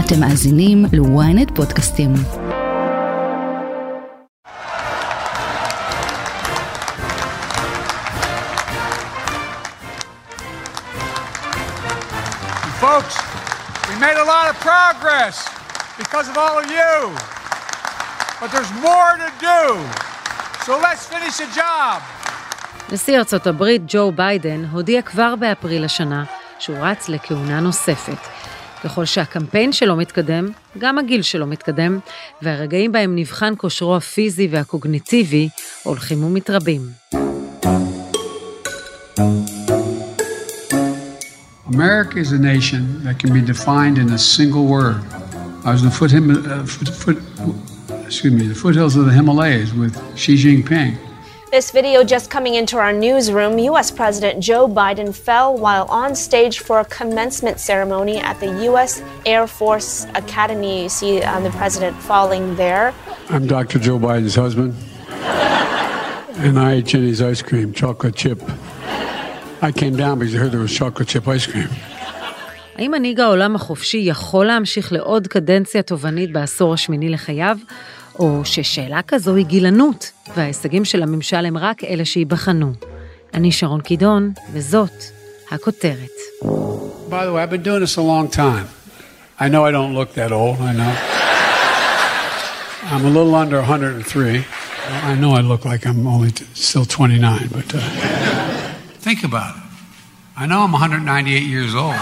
אתם מאזינים ל-ynet פודקאסטים. Folks, we made a lot of progress because of all of you. But there's more to do. So let's finish the job. נשיא ארצות הברית ג'ו ביידן הודיע כבר באפריל השנה שהוא רץ לכהונה נוספת. ככל שהקמפיין שלו מתקדם, גם הגיל שלו מתקדם, והרגעים בהם נבחן כושרו הפיזי והקוגניטיבי הולכים ומתרבים. America is a nation that can be defined in a single word. I was in the foothills of the Himalayas with Xi Jinping. This video just coming into our newsroom, U.S. President Joe Biden fell while on stage for a commencement ceremony at the U.S. Air Force Academy. You see the president falling there. I'm Dr. Joe Biden's husband, and I ate Jenny's ice cream, chocolate chip. I came down because I heard there was chocolate chip ice cream. האם מנהיג העולם החופשי יכול להמשיך לעוד קדנציה תובענית בעשור השמיני לחייו, או ששאלה כזו היא גילנות, וההישגים של הממשל הם רק אלה שיבחנו? אני שרון קידון, וזאת הכותרת. By the way, I've been doing this a long time. I know I don't look that old, I know. I'm a little under 103. I know I look like I'm only still 29, but think about it. I know I'm 198 years old.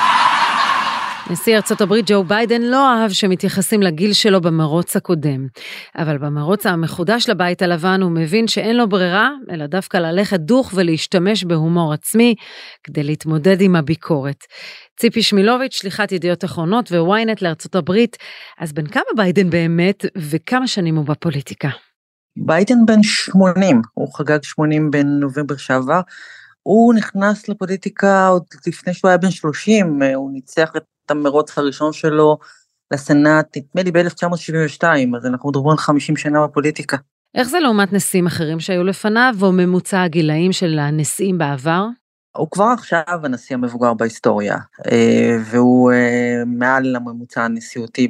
נשיא ארצות הברית ג'ו ביידן לא אהב שמתייחסים לגיל שלו במרוץ הקודם, אבל במרוץ המחודש לבית הלבן הוא מבין שאין לו ברירה, אלא דווקא ללכת דוך ולהשתמש בהומור עצמי כדי להתמודד עם הביקורת. ציפי שמילוביץ', שליחת ידיעות אחרונות וויינט לארצות הברית, אז בין כמה ביידן באמת וכמה שנים הוא בפוליטיקה? ביידן בן 80, הוא חגג 80 בנובמבר שעבר, הוא נכנס לפוליטיקה עוד לפני שהוא היה בן 30, הוא ניצח את המרוץ הראשון שלו לסנאט, נדמה לי ב-1972, אז אנחנו מדברים על 50 שנה בפוליטיקה. איך זה לעומת נשיאים אחרים שהיו לפניו, או ממוצע הגילאים של הנשיאים בעבר? הוא כבר עכשיו הנשיא המבוגר בהיסטוריה, והוא מעל הממוצע הנשיאותי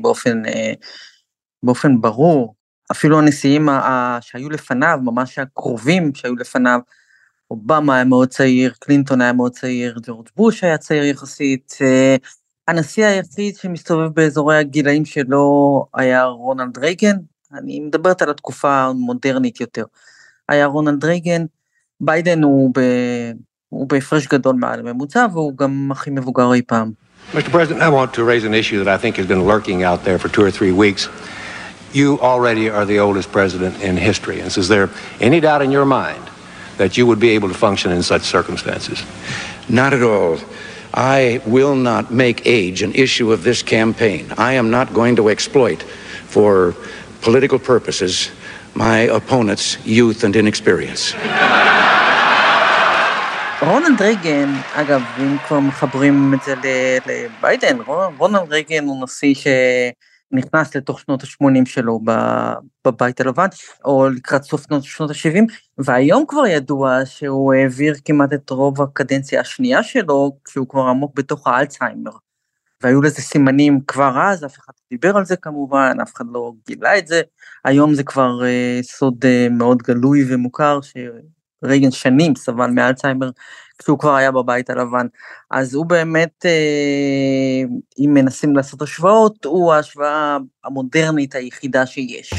באופן ברור. אפילו הנשיאים שהיו לפניו, ממש הקרובים שהיו לפניו, אובמה היה מאוד צעיר, קלינטון היה מאוד צעיר, ג'ורג' בוש היה צעיר יחסית, הנשיא היחיד שמסתובב באזורי הגילאים שלו היה רונלד רייגן, אני מדברת על התקופה המודרנית יותר, היה רונלד רייגן, ביידן הוא בהפרש גדול מעל הממוצע, והוא גם הכי מבוגר אי פעם. Mr. President, I want to raise an issue that I think has been lurking out there for 2 or 3 weeks. You already are the oldest president in history, and is there any doubt in your mind that you would be able to function in such circumstances? Not at all. I will not make age an issue of this campaign. I am not going to exploit for political purposes my opponent's youth and inexperience. רונלד רייגן, אגב, אם כבר מחברים את זה לביידן, רונלד רייגן הוא נשיא נכנס לתוך שנות ה-80 שלו בבית הלבן, או לקראת סוף שנות ה-70, והיום כבר ידוע שהוא העביר כמעט את רוב הקדנציה השנייה שלו, כשהוא כבר עמוק בתוך האלצהיימר, והיו לזה סימנים כבר אז, אף אחד דיבר על זה כמובן, אף אחד לא גילה את זה, היום זה כבר סוד מאוד גלוי ומוכר, שרייגן שנים סבל מאלצהיימר, כשהוא כבר היה בבית הלבן, אז הוא באמת, אם מנסים לעשות השוואות, הוא ההשוואה המודרנית היחידה שיש.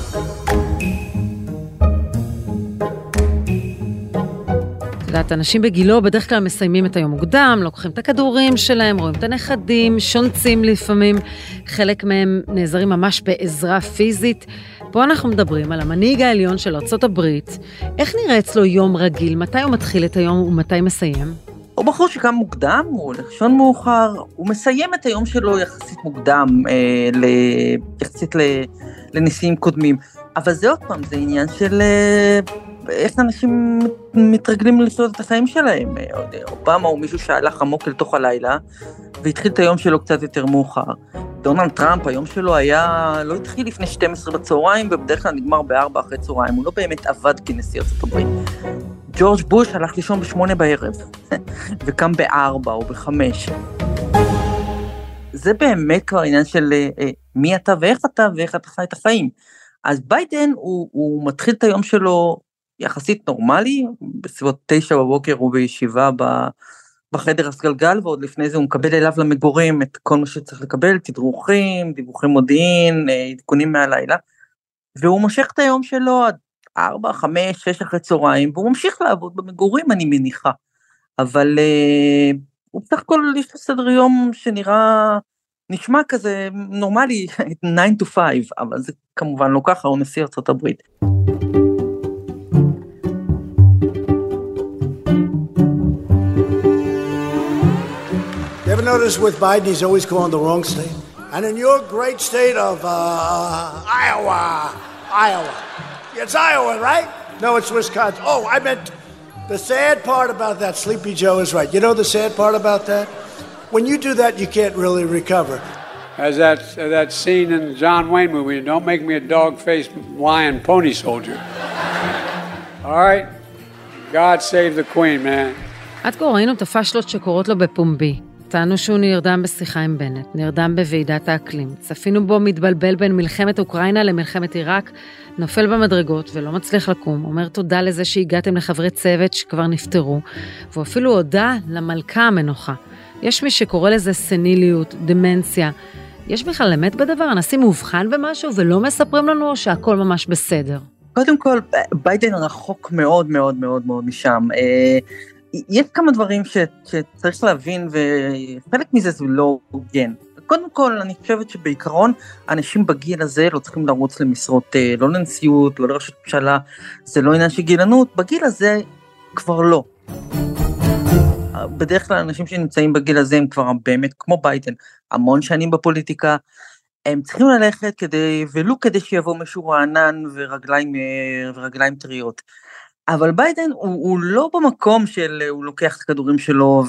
יודעת, אנשים בגילו בדרך כלל מסיימים את היום מוקדם, לוקחים את הכדורים שלהם, רואים את הנכדים, שונצים לפעמים, חלק מהם נעזרים ממש בעזרה פיזית. פה אנחנו מדברים על המנהיג העליון של ארצות הברית, איך נראה אצלו יום רגיל, מתי הוא מתחיל את היום ומתי מסיים? הוא בחור שקם מוקדם, הוא לישון מאוחר, הוא מסיים את היום שלו יחסית מוקדם, יחסית לנשיאים קודמים, אבל זה עוד פעם, זה עניין של איך אנשים מתרגלים לחיות את החיים שלהם. אובמה הוא מישהו שהלך עמוק לתוך הלילה, והתחיל את היום שלו קצת יותר מאוחר. דונלד טראמפ, היום שלו לא התחיל לפני 12 בצהריים, ובדרך כלל נגמר ב4 אחרי צהריים, הוא לא באמת עבד כנשיא ארצות הברית. ג'ורג' בוש הלך לישון ב8 בערב, וקם ב4 או ב5. זה באמת כבר עניין של מי אתה ואיך אתה חי את החיים. אז ביידן הוא מתחיל את היום שלו יחסית נורמלי, בסביבות 9 בבוקר הוא בישיבה בחדר הסגלגל, ועוד לפני זה הוא מקבל אליו למגורים את כל מה שצריך לקבל, תדרוכים, דיווחי מודיעין, עדכונים מהלילה, והוא מושך את היום שלו עד 4, 5, 6 אחרי צהריים, והוא ממשיך לעבוד במגורים, אני מניחה. אבל הוא בסך הכל יש לו סדר יום שנראה, נשמע כזה נורמלי, 9 to 5, אבל זה כמובן לא ככה, הוא נשיא ארצות הברית. You ever notice with Biden, he's always going the wrong state? And in your great state of Iowa. It's Iowa, right? No, it's Wisconsin. Oh, I meant the sad part about that, Sleepy Joe is right. You know the sad part about that? When you do that, you can't really recover. As that scene in the John Wayne movie, don't make me a dog-faced lion pony soldier. All right? God save the queen, man. עד כה ראינו את הפשלות שקורות לו בפומבי. טענו שהוא נרדם בשיחה עם בנט, נרדם בוועידת האקלים. צפינו בו מתבלבל בין מלחמת אוקראינה למלחמת עיראק, נופל במדרגות ולא מצליח לקום, אומר תודה לזה שהגעתם לחברי צוות שכבר נפטרו, והוא אפילו הודע למלכה המנוחה. יש מי שקורא לזה סניליות, דמנציה. יש בכלל אמת בדבר? הנשיא מאובחן במשהו ולא מספרים לנו שהכל ממש בסדר. קודם כל, ביידן רחוק מאוד מאוד מאוד מאוד משם. יש כמה דברים שצריך להבין, וחלק מזה זה לא הוגן. קודם כל, אני חושבת שבעיקרון, אנשים בגיל הזה לא צריכים לרוץ למשרות, לא לנשיאות, לא לראשות ממשלה, זה לא עניין של גילנות, בגיל הזה כבר לא. בדרך כלל אנשים שנמצאים בגיל הזה הם כבר באמת כמו ביידן, המון שנים בפוליטיקה, הם צריכים ללכת ולו כדי שיבוא משהו רענן ורגליים טריות. אבל ביידן הוא לא במקום של, הוא לוקח את הכדורים שלו,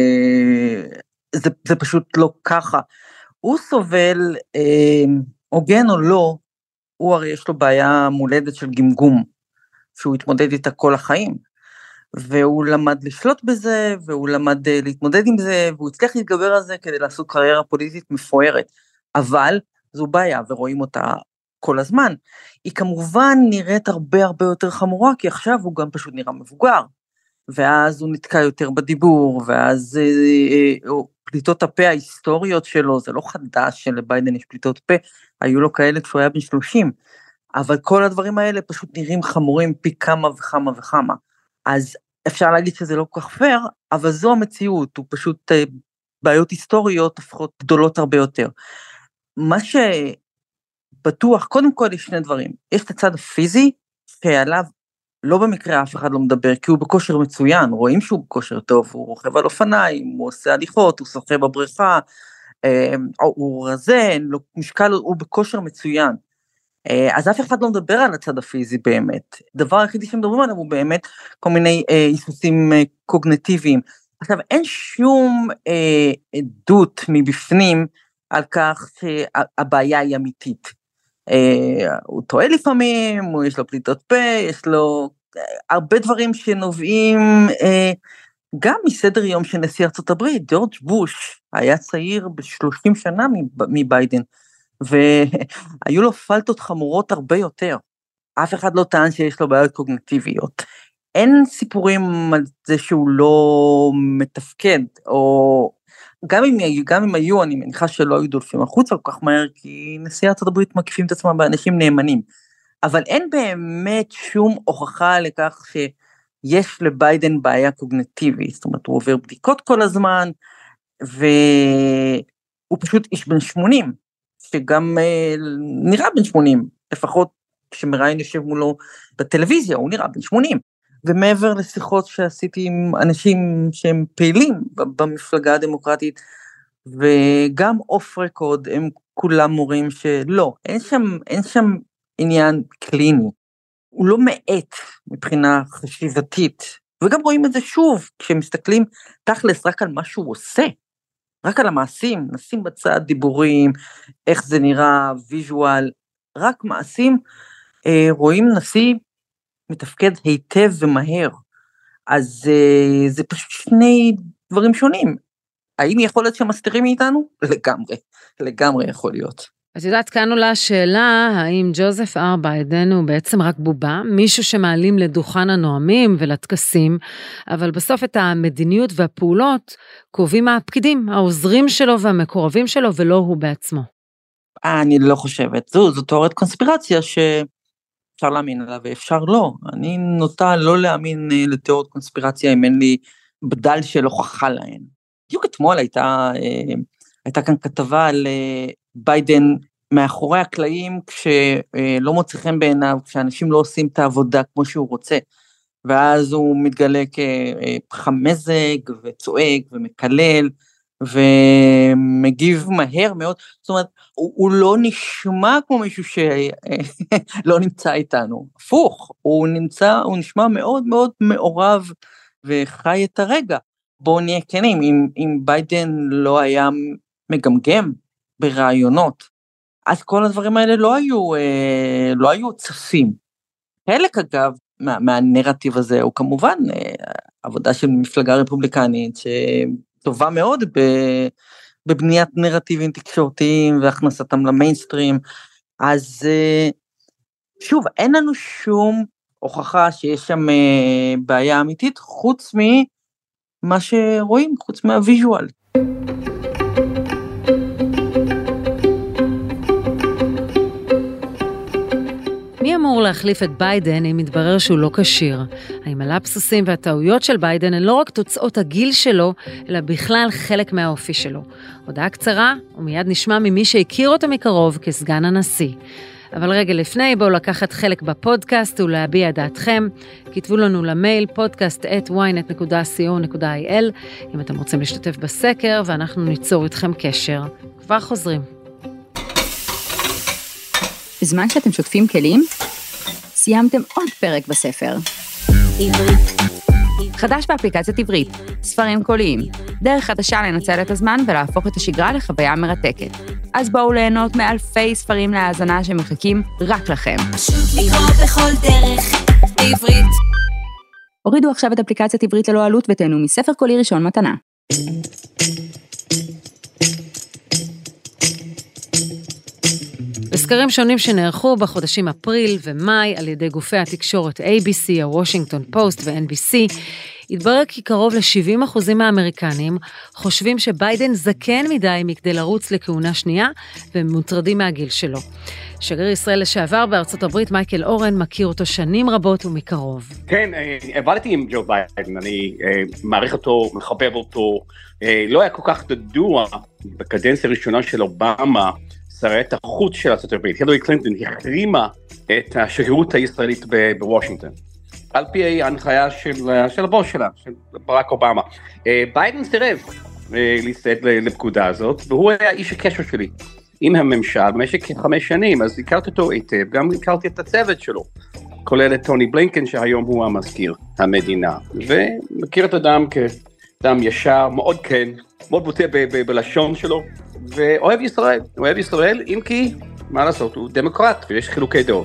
וזה פשוט לא ככה. הוא סובל, הוגן או לא, הוא הרי יש לו בעיה מולדת של גמגום, שהוא התמודד איתה כל החיים, והוא למד לשלוט בזה, והוא למד להתמודד עם זה, והוא הצליח להתגבר על זה כדי לעשות קריירה פוליטית מפוארת, אבל זו בעיה, ורואים אותה כל הזמן. היא כמובן נראית הרבה הרבה יותר חמורה, כי עכשיו הוא גם פשוט נראה מבוגר, ואז הוא נתקע יותר בדיבור, ואז פליטות הפה ההיסטוריות שלו, זה לא חדש שלביידן יש פליטות פה, היו לו כאלה כשהוא היה בן 30, אבל כל הדברים האלה פשוט נראים חמורים פי כמה וכמה וכמה, אז אפשר להגיד שזה לא כל כך פייר, אבל זו המציאות, הוא פשוט בעיות היסטוריות הופכות גדולות הרבה יותר. מה שבטוח, קודם כל יש שני דברים, יש את הצד הפיזי, שעליו לא במקרה אף אחד לא מדבר, כי הוא בכושר מצוין, רואים שהוא בכושר טוב, הוא רוכב על אופניים, הוא עושה הליכות, הוא שוחה בבריכה, הוא רזן, משקל, הוא בכושר מצוין. אז אף אחד לא מדבר על הצד הפיזי באמת. דבר היחידי שמדברים עליו הוא באמת כל מיני היסוסים קוגניטיביים. עכשיו, אין שום עדות מבפנים על כך שהבעיה היא אמיתית. הוא טועה לפעמים, יש לו פליטות פה, יש לו הרבה דברים שנובעים גם מסדר יום של נשיא ארצות הברית. ג'ורג' בוש היה צעיר ב-30 שנה מביידן, והיו לו פלטות חמורות הרבה יותר. אף אחד לא טען שיש לו בעיות קוגניטיביות. אין סיפורים על זה שהוא לא מתפקד, או גם אם היו, אני מניחה שלא היו דולפים החוצה כל כך מהר, כי נשיא ארצות הברית מקיפים את עצמם באנשים נאמנים. אבל אין באמת שום הוכחה לכך שיש לביידן בעיה קוגניטיבית, זאת אומרת, הוא עובר בדיקות כל הזמן, והוא פשוט איש בן 80, שגם נראה בן 80, לפחות כשמראיין יושב מולו בטלוויזיה, הוא נראה בן 80, ומעבר לשיחות שעשיתי עם אנשים שהם פעילים במפלגה הדמוקרטית, וגם אוף רקורד, הם כולם מורים שלא, אין שם עניין קליני, הוא לא מעט מבחינה חשיבתית, וגם רואים את זה שוב, כשמסתכלים תכלס רק על מה שהוא עושה, רק על המעשים, נשים בצד דיבורים, איך זה נראה, ויז'ואל, רק מעשים, רואים נשיא מתפקד היטב ומהר, אז זה פשוט שני דברים שונים. האם יכול להיות שמסתירים מאיתנו? לגמרי יכול להיות. את יודעת, כאן עולה השאלה, האם ג'וזף ביידן הוא בעצם רק בובה, מישהו שמעלים לדוכן הנואמים ולטקסים, אבל בסוף את המדיניות והפעולות קובעים הפקידים, העוזרים שלו והמקורבים שלו, ולא הוא בעצמו. אני לא חושבת, זו תיאוריית קונספירציה שאפשר להאמין עליו ואפשר לא. אני נוטה לא להאמין לתיאוריית קונספירציה אם אין לי בדל של הוכחה להן. בדיוק אתמול הייתה כאן כתבה על ביידן מאחורי הקלעים, כשלא מוצא חן בעיניו, כשאנשים לא עושים את העבודה כמו שהוא רוצה, ואז הוא מתגלה כחמזג וצועק ומקלל, ומגיב מהר מאוד, זאת אומרת, הוא לא נשמע כמו מישהו שלא נמצא איתנו, הפוך, הוא נשמע מאוד מאוד מעורב וחי את הרגע. בואו נהיה כנים, אם ביידן לא היה מגמגם ברעיונות, אז כל הדברים האלה לא היו צפים. חלק אגב מהנרטיב הזה הוא כמובן עבודה של מפלגה רפובליקנית שטובה מאוד בבניית נרטיבים תקשורתיים והכנסתם למיינסטרים, אז שוב, אין לנו שום הוכחה שיש שם בעיה אמיתית, חוץ ממה שרואים, חוץ מהוויז'ואל. מי אמור להחליף את ביידן אם מתברר שהוא לא כשיר? האם הלפסוסים והטעויות של ביידן הן לא רק תוצאות הגיל שלו, אלא בכלל חלק מהאופי שלו? הודעה קצרה, ומיד נשמע ממי שהכיר אותו מקרוב כסגן הנשיא. אבל רגע לפני, בואו לקחת חלק בפודקאסט ולהביע את דעתכם. כתבו לנו למייל podcast@ynet.co.il אם אתם רוצים להשתתף בסקר, ואנחנו ניצור איתכם קשר. כבר חוזרים. בזמן שאתם שוטפים כלים, סיימתם עוד פרק בספר. עברית. חדש באפליקציית עברית, ספרים קוליים, דרך חדשה לנצל את הזמן ולהפוך את השגרה לחוויה מרתקת. אז בואו ליהנות מאלפי ספרים להאזנה שמחכים רק לכם. פשוט לקרוא בכל דרך, בעברית. הורידו עכשיו את אפליקציית עברית ללא עלות ותהנו מספר קולי ראשון מתנה. בסקרים שונים שנערכו בחודשים אפריל ומאי על ידי גופי התקשורת ABC, הוושינגטון פוסט ו-NBC, התברר כי קרוב ל-70% מהאמריקנים חושבים שביידן זקן מדי מכדי לרוץ לכהונה שנייה, והם מוטרדים מהגיל שלו. שגריר ישראל לשעבר בארצות הברית, מייקל אורן, מכיר אותו שנים רבות ומקרוב. כן, עבדתי עם ג'ו ביידן, אני מעריך אותו, מחבב אותו, לא היה כל כך ידוע בקדנציה הראשונה של אובמה, שרת החוץ של ארצות הברית, הילרי קלינטון, החרימה את השגרירות הישראלית בוושינגטון. על פי ההנחיה של הבוס שלה, של ברק אובמה. ביידן סירב להצטרף לפקודה הזאת, והוא היה איש הקשר שלי עם הממשל במשך 5 שנים, אז הכרתי אותו היטב, גם הכרתי את הצוות שלו, כולל את טוני בלינקן, שהיום הוא המזכיר המדינה, ומכיר את אדם כאדם ישר, מאוד כן, מאוד בוטה בלשון שלו, ואוהב ישראל, הוא אוהב ישראל, אם כי, מה לעשות, הוא דמוקרט, ויש חילוקי דעות.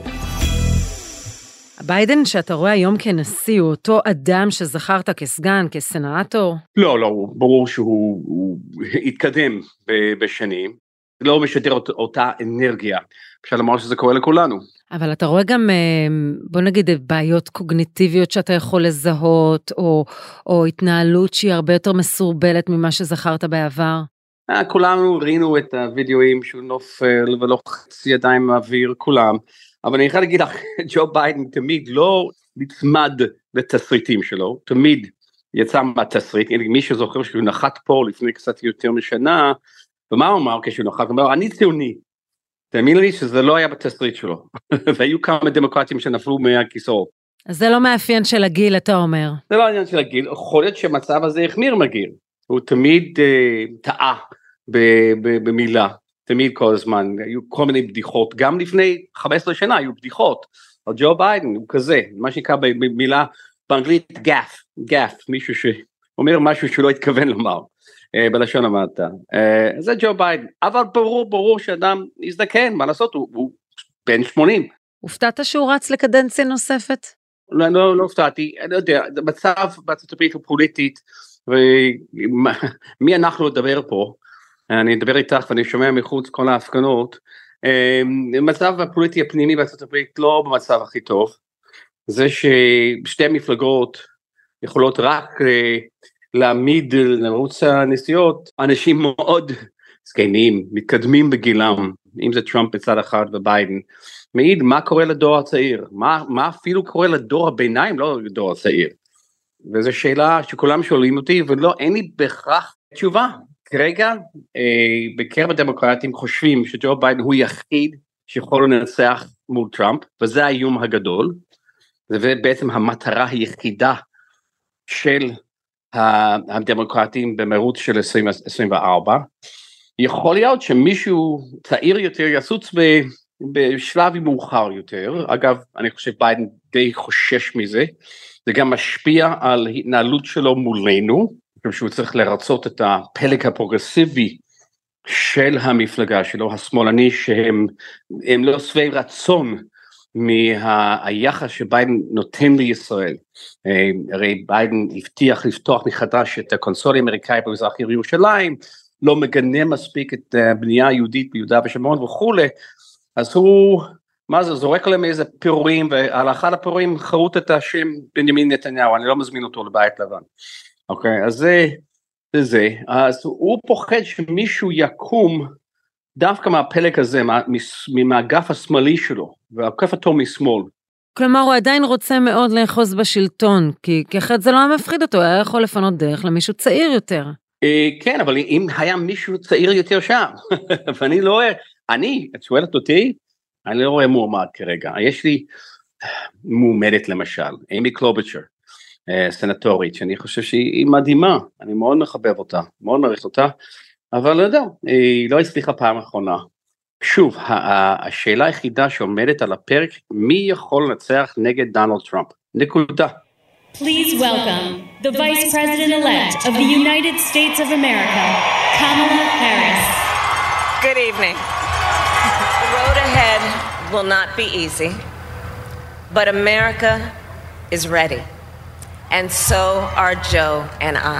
ביידן שאתה רואה היום כנשיא, הוא אותו אדם שזכרת כסגן, כסנאטור? לא, ברור שהוא התקדם בשנים, לא משדר אותה אנרגיה, אפשר לומר שזה קורה לכולנו. אבל אתה רואה גם, בוא נגיד, בעיות קוגניטיביות שאתה יכול לזהות, או התנהלות שהיא הרבה יותר מסורבלת ממה שזכרת בעבר? כולנו ראינו את הוידאוים שהוא נופל ולא חצי ידיים מהאוויר, כולם. אבל אני יכול להגיד לך, ג'ו ביידן תמיד לא נצמד לתסריטים שלו, תמיד יצא מהתסריט, מי שזוכר שהוא נחת פה לפני קצת יותר משנה, ומה הוא אמר כשהוא נחת? הוא אמר, אני ציוני, תאמין לי שזה לא היה בתסריט שלו, והיו כמה דמוקרטים שנפלו מהכיסאות. אז זה לא מאפיין של הגיל, אתה אומר. זה לא עניין של הגיל, יכול להיות שהמצב הזה החמיר מגיל, הוא תמיד טעה במילה, תמיד כל הזמן, היו כל מיני בדיחות, גם לפני 15 שנה היו בדיחות, על ג'ו ביידן הוא כזה, מה שנקרא במילה באנגלית גאף, מישהו שאומר משהו שהוא לא התכוון לומר, בלשון המעטה, זה ג'ו ביידן, אבל ברור שאדם יזדקן, מה לעשות, הוא בן 80. הופתעת שהוא רץ לקדנציה נוספת? לא הופתעתי, אני לא יודע, המצב בארצות הברית הוא פוליטית, ומי אנחנו לדבר פה, אני אדבר איתך ואני שומע מחוץ כל ההפגנות, המצב הפוליטי הפנימי בארצות הברית לא במצב הכי טוב, זה ששתי מפלגות יכולות רק להעמיד לרוץ הנסיעות, אנשים מאוד זקנים, מתקדמים בגילם, אם זה טראמפ בצד אחד וביידן, מעיד מה קורה לדור הצעיר, מה אפילו קורה לדור הביניים, לא לדור הצעיר, וזו שאלה שכולם שואלים אותי, אין לי בהכרח תשובה. כרגע, בקרב הדמוקרטים חושבים שג'ו ביידן הוא יחיד שיכול לנצח מול טראמפ, וזה האיום הגדול, זה בעצם המטרה היחידה של הדמוקרטים במרוץ של 2024, יכול להיות שמישהו צעיר יותר יסוץ בשלב מאוחר יותר, אגב אני חושב ביידן די חושש מזה, זה גם משפיע על התנהלות שלו מולנו, שהוא צריך לרצות את הפלג הפרוגרסיבי של המפלגה שלו, השמאלני, שהם לא שבעי רצון מהיחס שביידן נותן לישראל. הרי ביידן הבטיח לפתוח מחדש את הקונסוליה האמריקאית במזרח ירושלים, לא מגנה מספיק את הבנייה היהודית ביהודה ושומרון וכולי, אז הוא, מה זה, זורק להם איזה פירורים, ועל אחד הפירורים חרוט את השם בנימין נתניהו, אני לא מזמין אותו לבית לבן. אוקיי, אז זה, אז הוא פוחד שמישהו יקום, דווקא מהפלג הזה, מהאגף השמאלי שלו, ועקף אותו משמאל. כלומר, הוא עדיין רוצה מאוד לאחוז בשלטון, כי אחרת זה לא היה מפחיד אותו, היה יכול לפנות דרך למישהו צעיר יותר. כן, אבל אם היה מישהו צעיר יותר שם, ואני לא רואה, את שואלת אותי, אני לא רואה מועמד כרגע, יש לי מועמדת למשל, אימי קלוביצ'ר, סנטורית, שאני חושב שהיא מדהימה, אני מאוד מחבב אותה, מאוד מעריך אותה, אבל לא יודע, היא לא הצליחה פעם אחרונה. שוב, השאלה היחידה שעומדת על הפרק, מי יכול לנצח נגד דונלד טראמפ? נקודה. Please welcome the Vice President-elect of the United States of America, Kamala Harris. Good evening. The road ahead will not be easy, but America is ready, and so are Joe and I.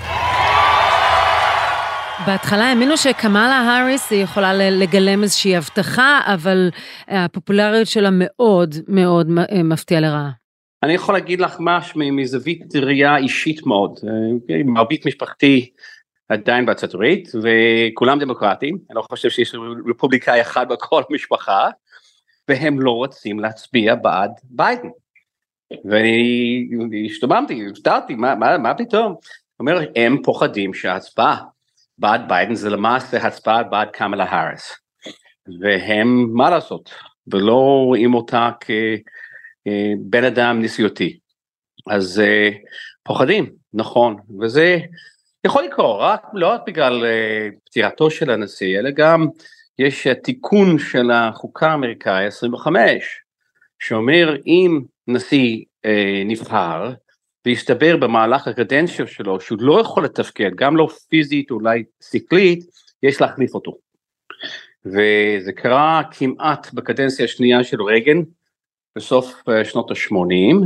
בהתחלה האמינו שקמאלה האריס היא יכולה לגלם איזושהי הבטחה, אבל הפופולריות שלה מאוד מאוד מפתיע לרעה. אני יכול להגיד לך משהו מזווית ראייה אישית מאוד, מרבית משפחתי עדיין בארצות הברית, וכולם דמוקרטים, אני לא חושב שיש רפובליקאי אחד בכל משפחה, והם לא רוצים להצביע בעד ביידן. ואני השתוממתי, מה פתאום? זאת אומרת, הם פוחדים שההצבעה בעד ביידן זה למעשה הצבעה בעד קמאלה האריס, והם מה לעשות, ולא רואים אותה כבן אדם נשיאותי, אז פוחדים, נכון, וזה יכול לקרות, לא רק בגלל פטירתו של הנשיא, אלא גם יש תיקון של החוקה האמריקאי 25, שאומר אם נשיא נבחר, והסתבר במהלך הקדנציה שלו, שהוא לא יכול לתפקד, גם לא פיזית, אולי שכלית, יש להחליף אותו. וזה קרה כמעט בקדנציה השנייה של רייגן, בסוף שנות ה-80,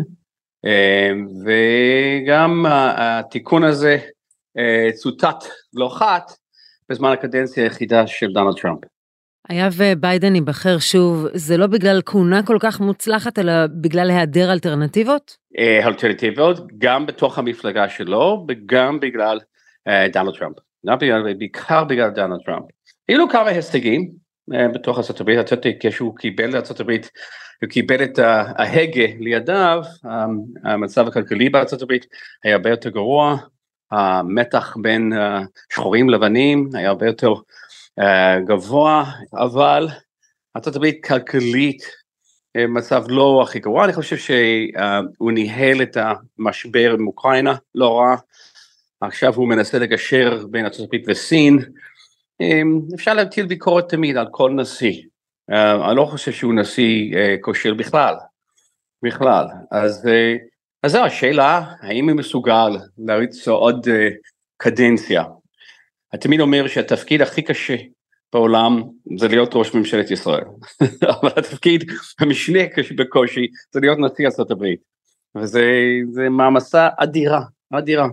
וגם התיקון הזה צוטט לא אחת, בזמן הקדנציה היחידה של דונלד טראמפ. היה וביידן ייבחר שוב, זה לא בגלל כהונה כל כך מוצלחת, אלא בגלל היעדר אלטרנטיבות? אלטרנטיבות, גם בתוך המפלגה שלו, וגם בגלל דונלד טראמפ. בעיקר בגלל דונלד טראמפ. היו לו כמה הישגים בתוך ארצות הברית, כשהוא קיבל לארצות הברית, הוא קיבל את ההגה לידיו, המצב הכלכלי בארצות הברית היה הרבה יותר גרוע, המתח בין שחורים לבנים היה הרבה יותר גבוה, אבל ארצות הברית כלכלית מצב לא הכי גרוע, אני חושב שהוא ניהל את המשבר עם אוקראינה, לא רע, עכשיו הוא מנסה לגשר בין ארצות הברית וסין, אפשר להטיל ביקורת תמיד על כל נשיא, אני לא חושב שהוא נשיא כושל בכלל, אז זו השאלה, האם הוא מסוגל להריץ עוד קדנציה, אני תמיד אומר שהתפקיד הכי קשה בעולם זה להיות ראש ממשלת ישראל, אבל התפקיד המשנה בקושי זה להיות נשיא ארצות הברית, וזה מעמסה אדירה,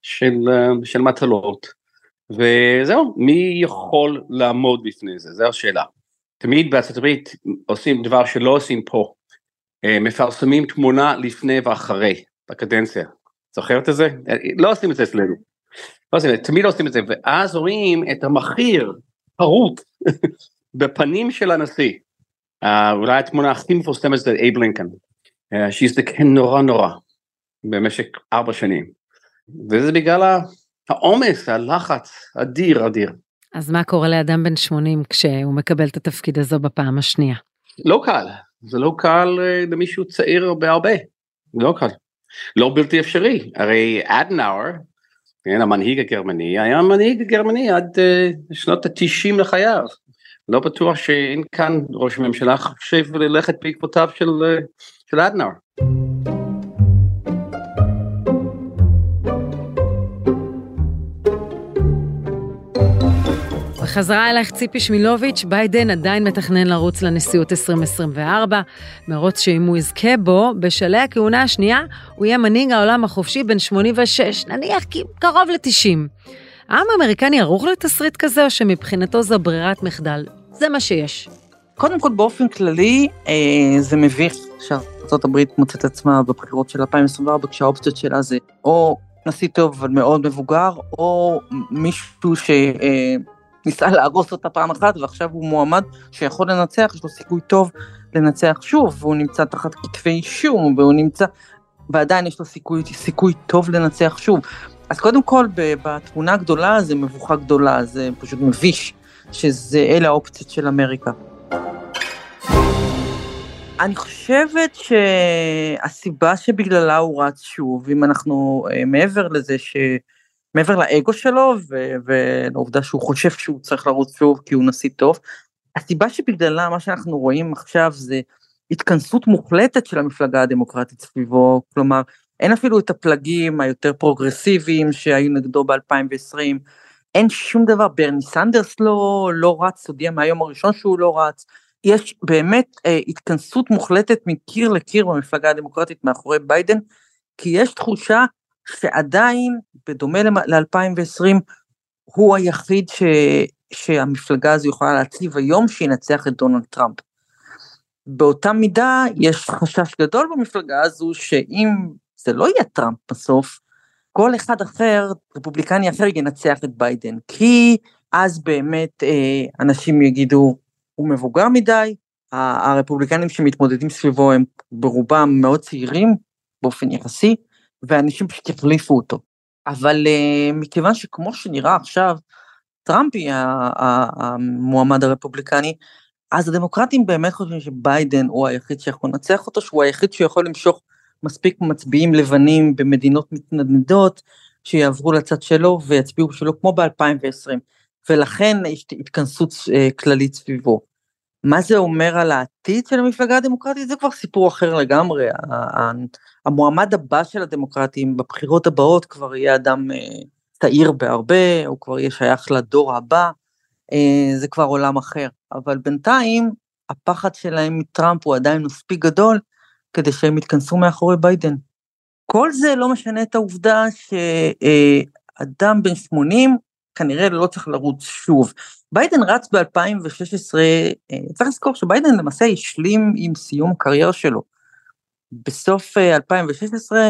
של מטלות, וזהו, מי יכול לעמוד בפני זה? זו השאלה. תמיד בארצות הברית עושים דבר שלא עושים פה, מפרסמים תמונה לפני ואחרי, בקדנציה. זוכרת את זה? לא עושים את זה אצלנו. לא עושים את זה, תמיד לא עושים את זה, ואז רואים את המחיר, פרוט, בפנים של הנשיא. אולי התמונה הכי מפורסמת זה אייב לינקולן, שהזדקן נורא, במשך 4 שנים. וזה בגלל העומס, הלחץ, אדיר. אז מה קורה לאדם בן 80 כשהוא מקבל את התפקיד הזו בפעם השנייה? לא קל, זה לא קל למישהו צעיר בהרבה, לא קל, לא בלתי אפשרי, הרי אדנאואר, המנהיג הגרמני, היה מנהיג הגרמני עד שנות ה-90 לחייו, לא בטוח שאין כאן ראש הממשלה חושב ללכת בעקבותיו של אדנאואר. בחזרה אלייך ציפי שמילוביץ', ביידן עדיין מתכנן לרוץ לנשיאות 2024, מרוץ שאם הוא יזכה בו, בשלהי הכהונה השנייה, הוא יהיה מנהיג העולם החופשי בין 86, נניח קרוב ל-90. העם האמריקני ערוך לתסריט כזה, או שמבחינתו זו ברירת מחדל? זה מה שיש. קודם כל, באופן כללי, זה מביך שארצות הברית מוצאת עצמה בבחירות של 2024, כשהאופציות שלה זה או נשיא טוב אבל מאוד מבוגר, או מישהו ניסה להרוס אותה פעם אחת, ועכשיו הוא מועמד שיכול לנצח, יש לו סיכוי טוב לנצח שוב, והוא נמצא תחת כתבי אישום, ועדיין יש לו סיכוי טוב לנצח שוב. אז קודם כל, בתמונה הגדולה, זה מבוכה גדולה, זה פשוט מביש, אלה האופציות של אמריקה. אני חושבת שהסיבה שבגללה הוא רץ שוב, אם אנחנו מעבר לזה מעבר לאגו שלו, ולעובדה שהוא חושב שהוא צריך לרוץ שוב, כי הוא נשיא טוב, הסיבה שבגללה מה שאנחנו רואים עכשיו, זה התכנסות מוחלטת של המפלגה הדמוקרטית סביבו, כלומר, אין אפילו את הפלגים היותר פרוגרסיביים, שהיו נגדו ב-2020, אין שום דבר, ברני סנדרס לא רץ, הודיע מהיום הראשון שהוא לא רץ, יש באמת התכנסות מוחלטת מקיר לקיר במפלגה הדמוקרטית מאחורי ביידן, כי יש תחושה שעדיין, בדומה ל-2020, הוא היחיד שהמפלגה הזו יכולה להציב היום שינצח את דונלד טראמפ. באותה מידה, יש חשש גדול במפלגה הזו, שאם זה לא יהיה טראמפ בסוף, כל אחד אחר, רפובליקני אחר, ינצח את ביידן, כי אז באמת אנשים יגידו, הוא מבוגר מדי, הרפובליקנים שמתמודדים סביבו הם ברובם מאוד צעירים, באופן יחסי, ואנשים פשוט יחליפו אותו. אבל מכיוון שכמו שנראה עכשיו, טראמפ היא המועמד הרפובליקני, אז הדמוקרטים באמת חושבים שביידן הוא היחיד שיכול לנצח אותו, שהוא היחיד שיכול למשוך מספיק מצביעים לבנים במדינות מתנדנדות, שיעברו לצד שלו ויצביעו שלו כמו ב-2020, ולכן יש התכנסות כללית סביבו. מה זה אומר על העתיד של המפלגה הדמוקרטית? זה כבר סיפור אחר לגמרי. המועמד הבא של הדמוקרטים בבחירות הבאות כבר יהיה אדם צעיר בהרבה, הוא כבר יהיה שייך לדור הבא, זה כבר עולם אחר. אבל בינתיים הפחד שלהם מטראמפ הוא עדיין מספיק גדול, כדי שהם יתכנסו מאחורי ביידן. כל זה לא משנה את העובדה שאדם בן 80 כנראה לא צריך לרוץ שוב. ביידן רץ ב-2016, צריך לזכור שביידן למעשה השלים עם סיום הקריירה שלו. בסוף 2016,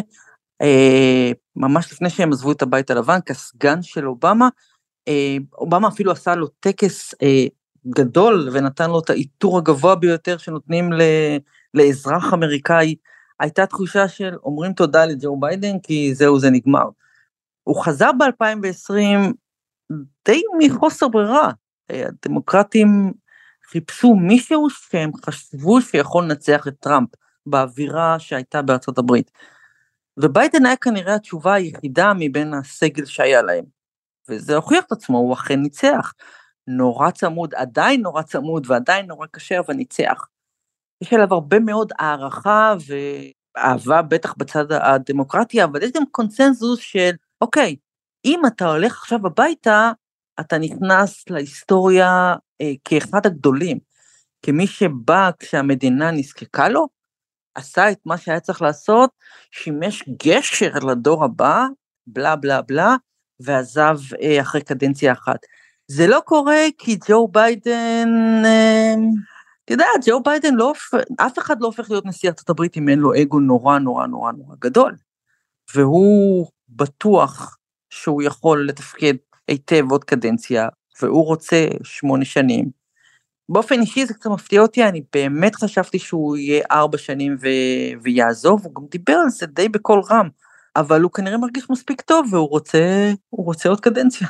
ממש לפני שהם עזבו את הבית הלבן, כסגן של אובמה, אובמה אפילו עשה לו טקס גדול, ונתן לו את העיטור הגבוה ביותר שנותנים לאזרח אמריקאי. הייתה תחושה של אומרים תודה לג'ו ביידן, כי זהו זה נגמר. הוא חזר ב-2020, די מחוסר ברירה, הדמוקרטים חיפשו מישהו שהם חשבו שיכול לנצח את טראמפ, באווירה שהייתה בארצות הברית, וביידן היה כנראה התשובה היחידה מבין הסגל שהיה להם, וזה הוכיח את עצמו, הוא אכן ניצח, נורא צמוד, עדיין נורא צמוד, ועדיין נורא קשה, אבל ניצח. יש עליו הרבה מאוד הערכה, ואהבה בטח בצד הדמוקרטיה, אבל יש גם קונסנזוס של, אוקיי, אם אתה הולך עכשיו הביתה, אתה נכנס להיסטוריה כאחד הגדולים, כמי שבא כשהמדינה נזקקה לו, עשה את מה שהיה צריך לעשות, שימש גשר לדור הבא, בלה בלה בלה, ועזב אחרי קדנציה אחת. זה לא קורה כי ג'ו ביידן, אתה יודע, ג'ו ביידן אף אחד לא הופך להיות נשיא ארצות הברית אם אין לו אגו נורא נורא נורא נורא גדול, והוא בטוח שהוא יכול לתפקד היטב עוד קדנציה, והוא רוצה 8 שנים. באופן אישי זה קצת מפתיע אותי, אני באמת חשבתי שהוא יהיה 4 שנים ויעזוב, הוא גם דיבר על זה די בכל רם, אבל הוא כנראה מרגיש מספיק טוב, והוא רוצה עוד קדנציה.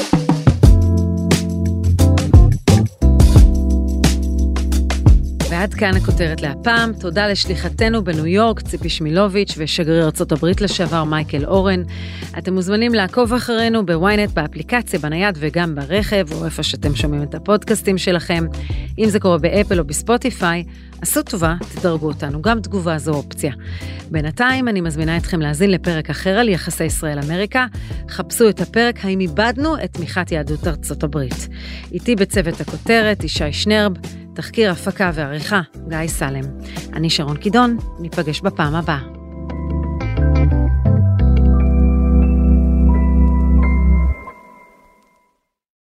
ועד כאן הכותרת להפעם. תודה לשליחתנו בניו יורק, ציפי שמילוביץ' ושגריר ארצות הברית לשעבר מייקל אורן. אתם מוזמנים לעקוב אחרינו בוויינט, באפליקציה, בנייד וגם ברכב, או איפה שאתם שומעים את הפודקאסטים שלכם. אם זה קורה באפל או בספוטיפיי, עשו טובה, תדרגו אותנו, גם תגובה זו אופציה. בינתיים אני מזמינה אתכם להזין לפרק אחר על יחסי ישראל-אמריקה. חפשו את הפרק האם איבדנו את תמיכת יהדות ארצות הברית. איתי בצוות הכותרת, ישי שנרב, תחקיר הפקה ועריכה, גיא סלם. אני שרון קידון, ניפגש בפעם הבאה.